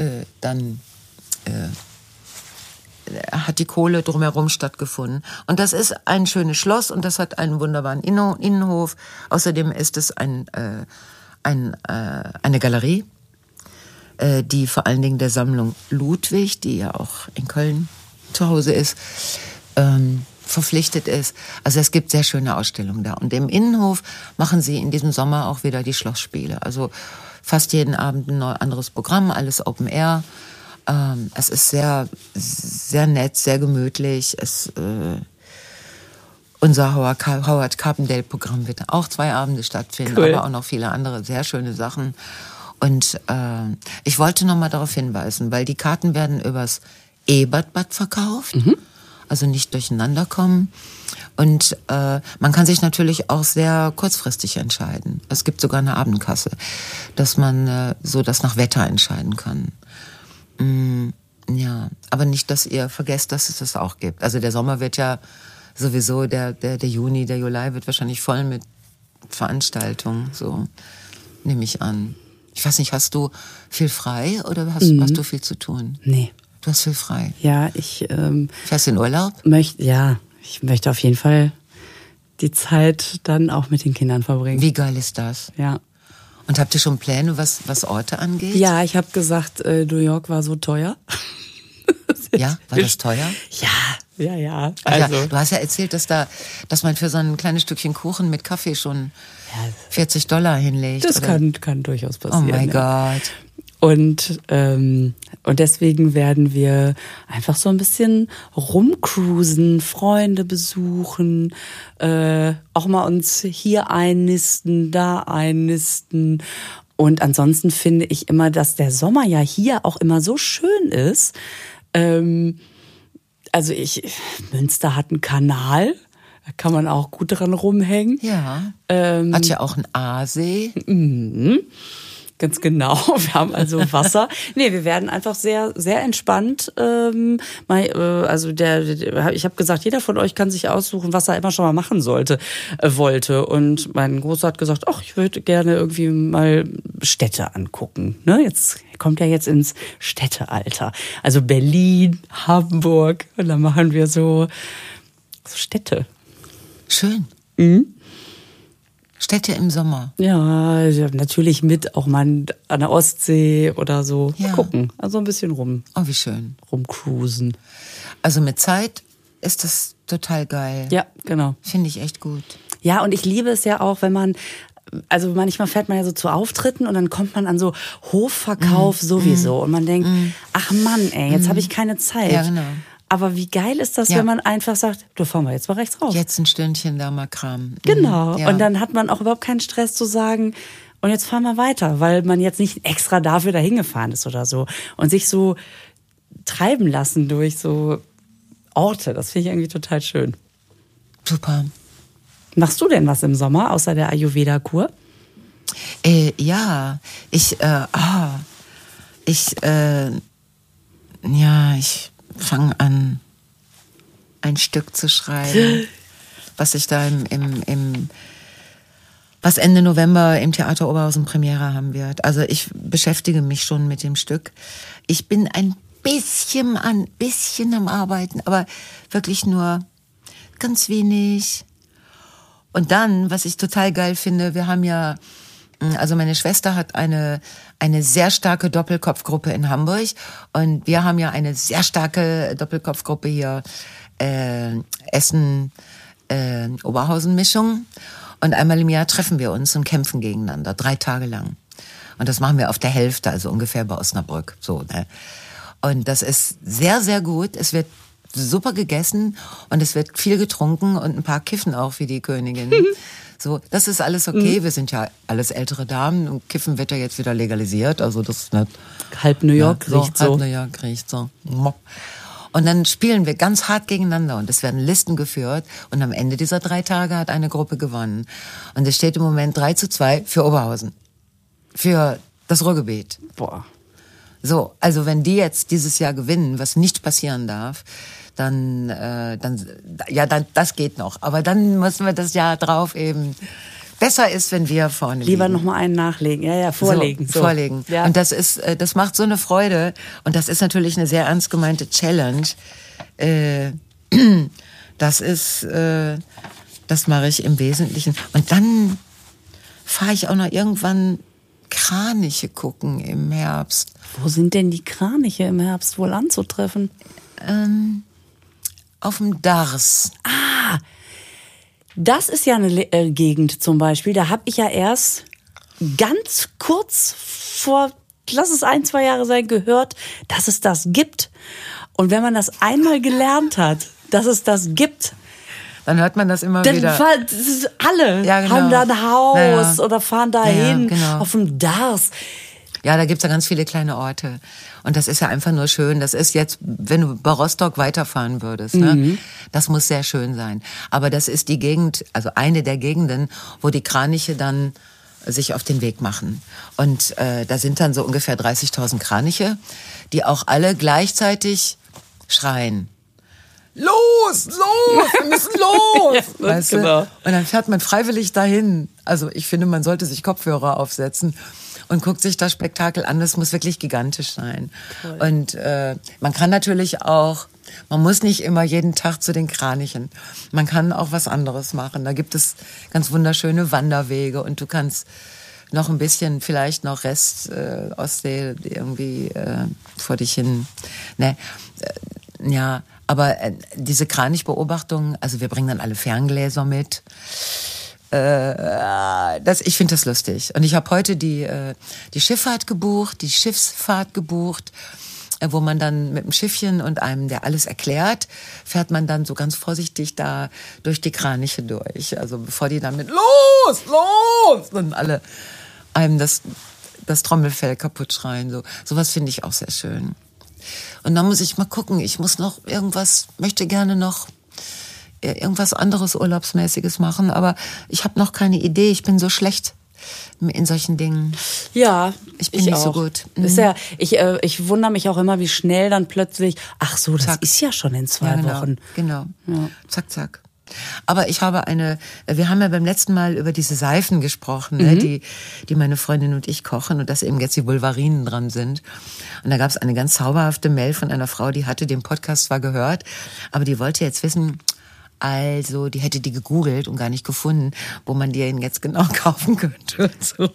hat die Kohle drumherum stattgefunden. Und das ist ein schönes Schloss und das hat einen wunderbaren Innenhof. Außerdem ist es eine Galerie, die vor allen Dingen der Sammlung Ludwig, die ja auch in Köln zu Hause ist, verpflichtet ist. Also es gibt sehr schöne Ausstellungen da. Und im Innenhof machen sie in diesem Sommer auch wieder die Schlossspiele. Also fast jeden Abend ein anderes Programm, alles Open Air. Es ist sehr, sehr nett, sehr gemütlich. Unser Howard Carpendale-Programm wird auch 2 Abende stattfinden, cool. aber auch noch viele andere sehr schöne Sachen. Und ich wollte noch mal darauf hinweisen, weil die Karten werden übers Ebertbad verkauft, also nicht durcheinander kommen. Und man kann sich natürlich auch sehr kurzfristig entscheiden. Es gibt sogar eine Abendkasse, dass man so das nach Wetter entscheiden kann. Ja, aber nicht, dass ihr vergesst, dass es das auch gibt. Also der Sommer wird ja sowieso, der Juni, der Juli wird wahrscheinlich voll mit Veranstaltungen, so nehme ich an. Ich weiß nicht, hast du viel frei oder hast du viel zu tun? Nee. Du hast viel frei? Ja, ich... Fährst du in Urlaub? Ich möchte auf jeden Fall die Zeit dann auch mit den Kindern verbringen. Wie geil ist das? Ja. Und habt ihr schon Pläne, was Orte angeht? Ja, ich habe gesagt, New York war so teuer. Ja, war das teuer? Ja. Also du hast ja erzählt, dass man für so ein kleines Stückchen Kuchen mit Kaffee schon $40 hinlegt. Das kann durchaus passieren. Oh mein Gott. Und deswegen werden wir einfach so ein bisschen rumcruisen, Freunde besuchen, auch mal uns hier einnisten, da einnisten. Und ansonsten finde ich immer, dass der Sommer ja hier auch immer so schön ist. Münster hat einen Kanal, da kann man auch gut dran rumhängen. Ja. Hat ja auch einen Aasee. Ganz genau. Wir haben also Wasser. Nee, wir werden einfach sehr, sehr entspannt. Ich habe gesagt, jeder von euch kann sich aussuchen, was er immer schon mal machen wollte. Und mein Großer hat gesagt, ach, ich würde gerne irgendwie mal Städte angucken. Ne? Jetzt kommt er jetzt ins Städtealter. Also Berlin, Hamburg. Und dann machen wir so Städte. Schön. Städte im Sommer. Ja, natürlich mit auch mal an der Ostsee oder so. Mal gucken. Also ein bisschen Oh, wie schön. rumcruisen. Also mit Zeit ist das total geil. Ja, genau. Finde ich echt gut. Ja, und ich liebe es ja auch, wenn man, also manchmal fährt man ja so zu Auftritten und dann kommt man an so Hofverkauf sowieso. Und man denkt, ach Mann, ey, jetzt habe ich keine Zeit. Ja, genau. Aber wie geil ist das, wenn man einfach sagt, du fahren wir jetzt mal rechts raus. Jetzt ein Stündchen da mal Kram. Genau. Ja. Und dann hat man auch überhaupt keinen Stress zu sagen, und jetzt fahren wir weiter, weil man jetzt nicht extra dafür dahin gefahren ist oder so. Und sich so treiben lassen durch so Orte, das finde ich irgendwie total schön. Super. Machst du denn was im Sommer, außer der Ayurveda-Kur? Ja, ich fange an, ein Stück zu schreiben, was ich da was Ende November im Theater Oberhausen Premiere haben wird. Also ich beschäftige mich schon mit dem Stück. Ich bin ein bisschen am Arbeiten, aber wirklich nur ganz wenig. Und dann, was ich total geil finde, wir haben ja, also meine Schwester hat eine sehr starke Doppelkopfgruppe in Hamburg und wir haben ja eine sehr starke Doppelkopfgruppe hier, Essen-Oberhausen-Mischung. Und einmal im Jahr treffen wir uns und kämpfen gegeneinander, 3 Tage lang. Und das machen wir auf der Hälfte, also ungefähr bei Osnabrück. So, ne? Und das ist sehr, sehr gut. Es wird super gegessen und es wird viel getrunken und ein paar kiffen auch wie die Königin. So, das ist alles okay. Wir sind ja alles ältere Damen und Kiffen wird ja jetzt wieder legalisiert. Also das ist nicht Halb New York riecht so. Halb New York riecht so. Und dann spielen wir ganz hart gegeneinander und es werden Listen geführt und am Ende dieser 3 Tage hat eine Gruppe gewonnen. Und es steht im Moment 3:2 für Oberhausen. Für das Ruhrgebiet. Boah. So, also wenn die jetzt dieses Jahr gewinnen, was nicht passieren darf, dann das geht noch. Aber dann müssen wir das Jahr drauf eben. Besser ist, wenn wir vorne liegen. Lieber noch mal einen nachlegen. Ja, vorlegen. So. Vorlegen. Ja. Und das macht so eine Freude. Und das ist natürlich eine sehr ernst gemeinte Challenge. Das mache ich im Wesentlichen. Und dann fahre ich auch noch irgendwann Kraniche gucken im Herbst. Wo sind denn die Kraniche im Herbst wohl anzutreffen? Auf dem Dars. Ah, das ist ja eine Gegend zum Beispiel. Da habe ich ja erst ganz kurz vor lass es 1, 2 Jahre sein, gehört, dass es das gibt. Und wenn man das einmal gelernt hat, dass es das gibt, dann hört man das immer wieder. Alle haben da ein Haus oder fahren dahin auf dem Dars. Ja, da gibt's ja ganz viele kleine Orte. Und das ist ja einfach nur schön. Das ist jetzt, wenn du bei Rostock weiterfahren würdest, ne? Das muss sehr schön sein. Aber das ist die Gegend, also eine der Gegenden, wo die Kraniche dann sich auf den Weg machen. Und da sind dann so ungefähr 30.000 Kraniche, die auch alle gleichzeitig schreien. Los, wir müssen los! Ja, weißt du? Genau. Und dann fährt man freiwillig dahin. Also ich finde, man sollte sich Kopfhörer aufsetzen und guckt sich das Spektakel an. Das muss wirklich gigantisch sein. Toll. Und man kann natürlich auch, man muss nicht immer jeden Tag zu den Kranichen. Man kann auch was anderes machen. Da gibt es ganz wunderschöne Wanderwege und du kannst noch ein bisschen, vielleicht noch Rest Ostsee irgendwie vor dich hin. Ne? Ja, aber diese Kranichbeobachtung, also wir bringen dann alle Ferngläser mit. Ich finde das lustig. Und ich habe heute die Schifffahrt gebucht, die Schiffsfahrt gebucht, wo man dann mit dem Schiffchen und einem, der alles erklärt, fährt man dann so ganz vorsichtig da durch die Kraniche durch. Also bevor die dann mit los! Und alle einem das Trommelfell kaputt schreien. Sowas finde ich auch sehr schön. Und dann muss ich mal gucken, möchte gerne noch irgendwas anderes Urlaubsmäßiges machen, aber ich habe noch keine Idee, ich bin so schlecht in solchen Dingen. Ja, ich bin nicht so gut. Ist ja, ich wundere mich auch immer, wie schnell dann plötzlich, ach so, das ist ja schon in 2 Wochen. Genau, ja. Zack, zack. Aber wir haben ja beim letzten Mal über diese Seifen gesprochen, ne, die meine Freundin und ich kochen und dass eben jetzt die Vulvarinen dran sind. Und da gab es eine ganz zauberhafte Mail von einer Frau, die hatte den Podcast zwar gehört, aber die wollte jetzt wissen, also die hätte die gegoogelt und gar nicht gefunden, wo man die jetzt genau kaufen könnte.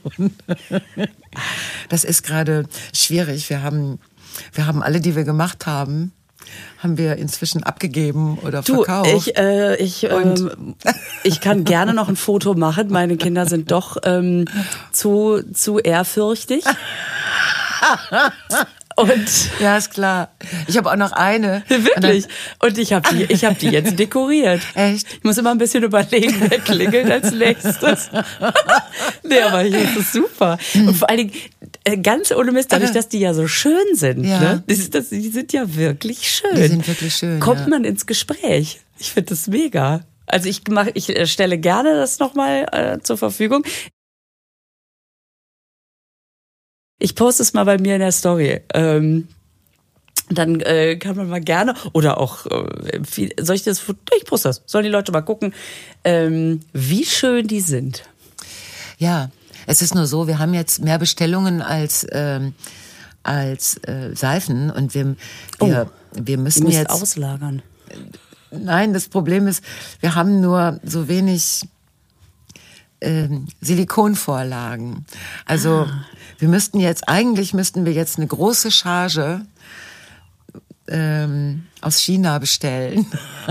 Das ist gerade schwierig. Wir haben alle, die wir gemacht haben wir inzwischen abgegeben oder verkauft. Ich kann gerne noch ein Foto machen. Meine Kinder sind doch zu ehrfürchtig. Und ja, ist klar. Ich habe auch noch eine. Wirklich? Und ich hab die jetzt dekoriert. Echt? Ich muss immer ein bisschen überlegen, wer klingelt als nächstes. Nee, aber hier ist es super. Und vor allen Dingen, ganz ohne Mist, dadurch, dass die ja so schön sind, ne? Die sind ja wirklich schön. Die sind wirklich schön. Kommt man ins Gespräch. Ich finde das mega. Also ich stelle gerne das nochmal zur Verfügung. Ich poste es mal bei mir in der Story. Dann kann man mal gerne, oder auch, soll ich das, ich poste das, sollen die Leute mal gucken, wie schön die sind. Ja, es ist nur so, wir haben jetzt mehr Bestellungen als Seifen und wir müssen jetzt auslagern. Nein, das Problem ist, wir haben nur so wenig Silikonvorlagen. Also eigentlich müssten wir jetzt eine große Charge aus China bestellen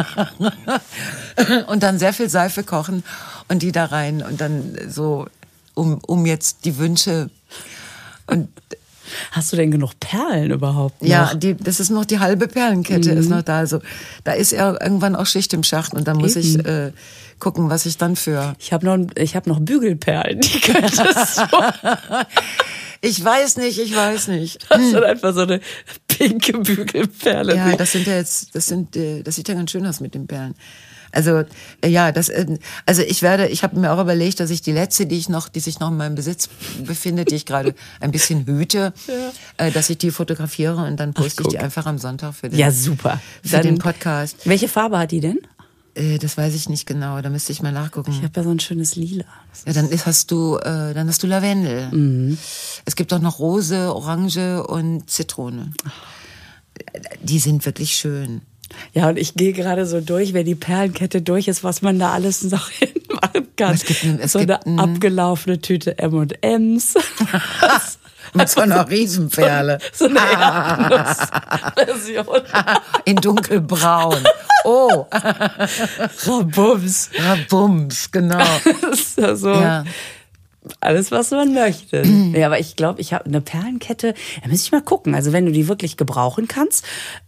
und dann sehr viel Seife kochen und die da rein und dann so um jetzt die Wünsche und hast du denn genug Perlen überhaupt noch? Ja, das ist noch die halbe Perlenkette ist noch da. Also da ist ja irgendwann auch Schicht im Schacht und dann muss ich gucken, was ich dann für. Ich habe noch Bügelperlen. Die könntest du. Ich weiß nicht. Das ist einfach so eine pinke Bügelperle. Ja, das sieht ja ganz schön aus mit den Perlen. Also ja, ich habe mir auch überlegt, dass ich die letzte, die sich noch in meinem Besitz befindet, die ich gerade ein bisschen hüte, dass ich die fotografiere und dann poste ich die einfach am Sonntag für den Podcast. Welche Farbe hat die denn? Das weiß ich nicht genau, da müsste ich mal nachgucken. Ich habe ja so ein schönes Lila. Ja, dann hast du Lavendel. Mhm. Es gibt auch noch Rose, Orange und Zitrone. Die sind wirklich schön. Ja, und ich gehe gerade so durch, wenn die Perlenkette durch ist, was man da alles noch hinmachen kann. Es gibt eine abgelaufene Tüte M&M's. Mit so einer Riesenperle. So eine Erdnussversion. In dunkelbraun. Oh. Rabums, genau. Das ist ja so. Ja. Alles, was man möchte. Ja, aber ich glaube, ich habe eine Perlenkette, da müsste ich mal gucken. Also wenn du die wirklich gebrauchen kannst,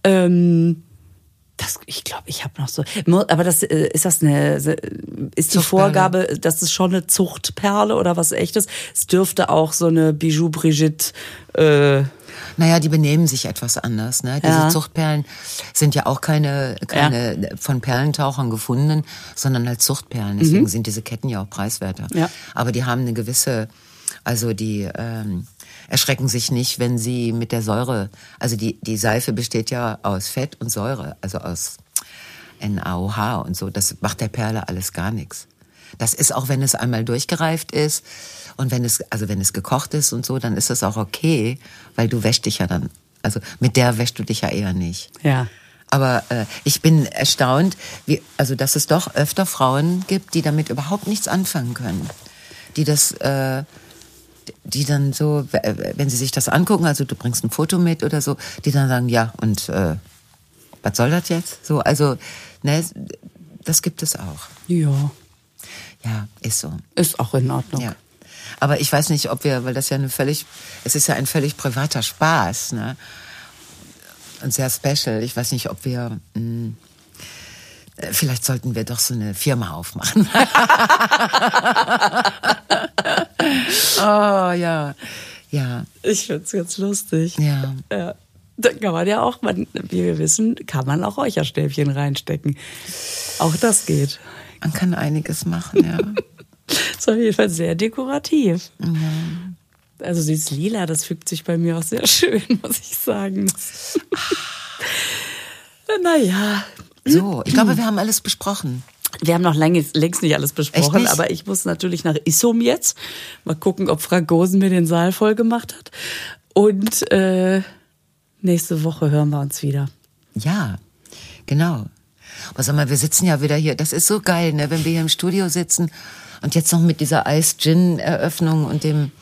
ich glaube, ich habe noch so. Aber ist die Vorgabe, dass es schon eine Zuchtperle oder was Echtes? Es dürfte auch so eine Bijou Brigitte. Naja, die benehmen sich etwas anders. Ne? Diese Zuchtperlen sind ja auch keine von Perlentauchern gefundenen, sondern als Zuchtperlen. Deswegen sind diese Ketten ja auch preiswerter. Ja. Aber die haben eine gewisse, also die erschrecken sich nicht, wenn sie mit der Säure, also die Seife besteht ja aus Fett und Säure, also aus NaOH und so. Das macht der Perle alles gar nichts. Das ist auch, wenn es einmal durchgereift ist und wenn es gekocht ist und so, dann ist das auch okay, weil du wäschst dich ja dann, also mit der wäschst du dich ja eher nicht. Ja. Aber ich bin erstaunt, dass es doch öfter Frauen gibt, die damit überhaupt nichts anfangen können. Die dann so, wenn sie sich das angucken, also du bringst ein Foto mit oder so, die dann sagen, ja, und was soll das jetzt? So, also, ne, das gibt es auch. Ja. Ja, ist so. Ist auch in Ordnung. Ja. Aber ich weiß nicht, weil das ja es ist ja ein völlig privater Spaß, ne? Und sehr special. Ich weiß nicht, ob wir, vielleicht sollten wir doch so eine Firma aufmachen. Oh, ja. Ja. Ich find's ganz lustig. Ja. Ja. Da kann man ja auch, wie wir wissen, kann man auch Räucherstäbchen reinstecken. Auch das geht. Man kann einiges machen, ja. Das ist auf jeden Fall sehr dekorativ. Ja. Also dieses Lila, das fügt sich bei mir auch sehr schön, muss ich sagen. Naja. So, ich glaube, wir haben alles besprochen. Wir haben noch längst nicht alles besprochen, aber ich muss natürlich nach Issum jetzt. Mal gucken, ob Frank Gosen mir den Saal voll gemacht hat. Und nächste Woche hören wir uns wieder. Ja, genau. Aber sag mal, wir sitzen ja wieder hier. Das ist so geil, ne, wenn wir hier im Studio sitzen und jetzt noch mit dieser Ice-Gin-Eröffnung und dem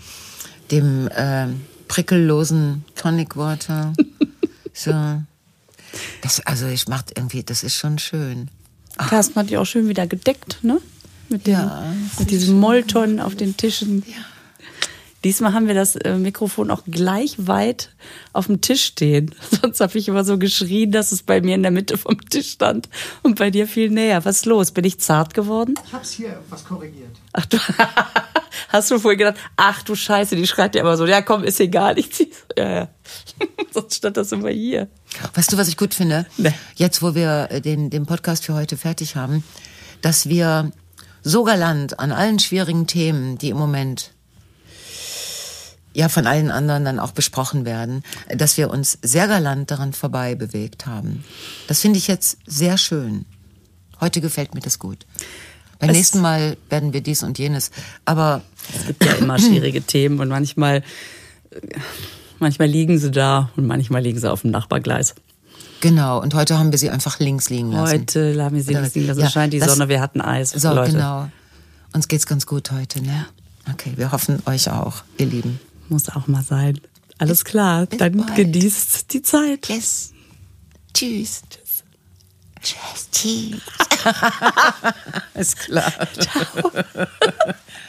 prickellosen Tonic Water. So. Das ist schon schön. Carsten hat ja auch schön wieder gedeckt, ne? Mit diesem Molton auf den Tischen. Ja. Diesmal haben wir das Mikrofon auch gleich weit auf dem Tisch stehen. Sonst habe ich immer so geschrien, dass es bei mir in der Mitte vom Tisch stand und bei dir viel näher. Was ist los? Bin ich zart geworden? Ich habe es hier was korrigiert. Ach du, hast du vorhin gedacht, ach du Scheiße, die schreit ja immer so, ja komm, ist egal, ich zieh's. Ja. Sonst stand das immer hier. Weißt du, was ich gut finde? Nee. Jetzt, wo wir den Podcast für heute fertig haben, dass wir so galant an allen schwierigen Themen, die im Moment ja von allen anderen dann auch besprochen werden, dass wir uns sehr galant daran vorbei bewegt haben. Das finde ich jetzt sehr schön. Heute gefällt mir das gut. Beim nächsten Mal werden wir dies und jenes. Aber es gibt ja immer schwierige Themen und manchmal liegen sie da und manchmal liegen sie auf dem Nachbargleis. Genau, und heute haben wir sie einfach links liegen lassen. Heute haben wir sie links liegen lassen. Ja, scheint die Sonne, wir hatten Eis. So, Leute. Genau. Uns geht's ganz gut heute, ne? Okay, wir hoffen euch auch, ihr Lieben. Muss auch mal sein. Alles klar, dann bald. Genießt die Zeit. Yes. Tschüss. Tschüss. Tschüss. Ist klar. Ciao.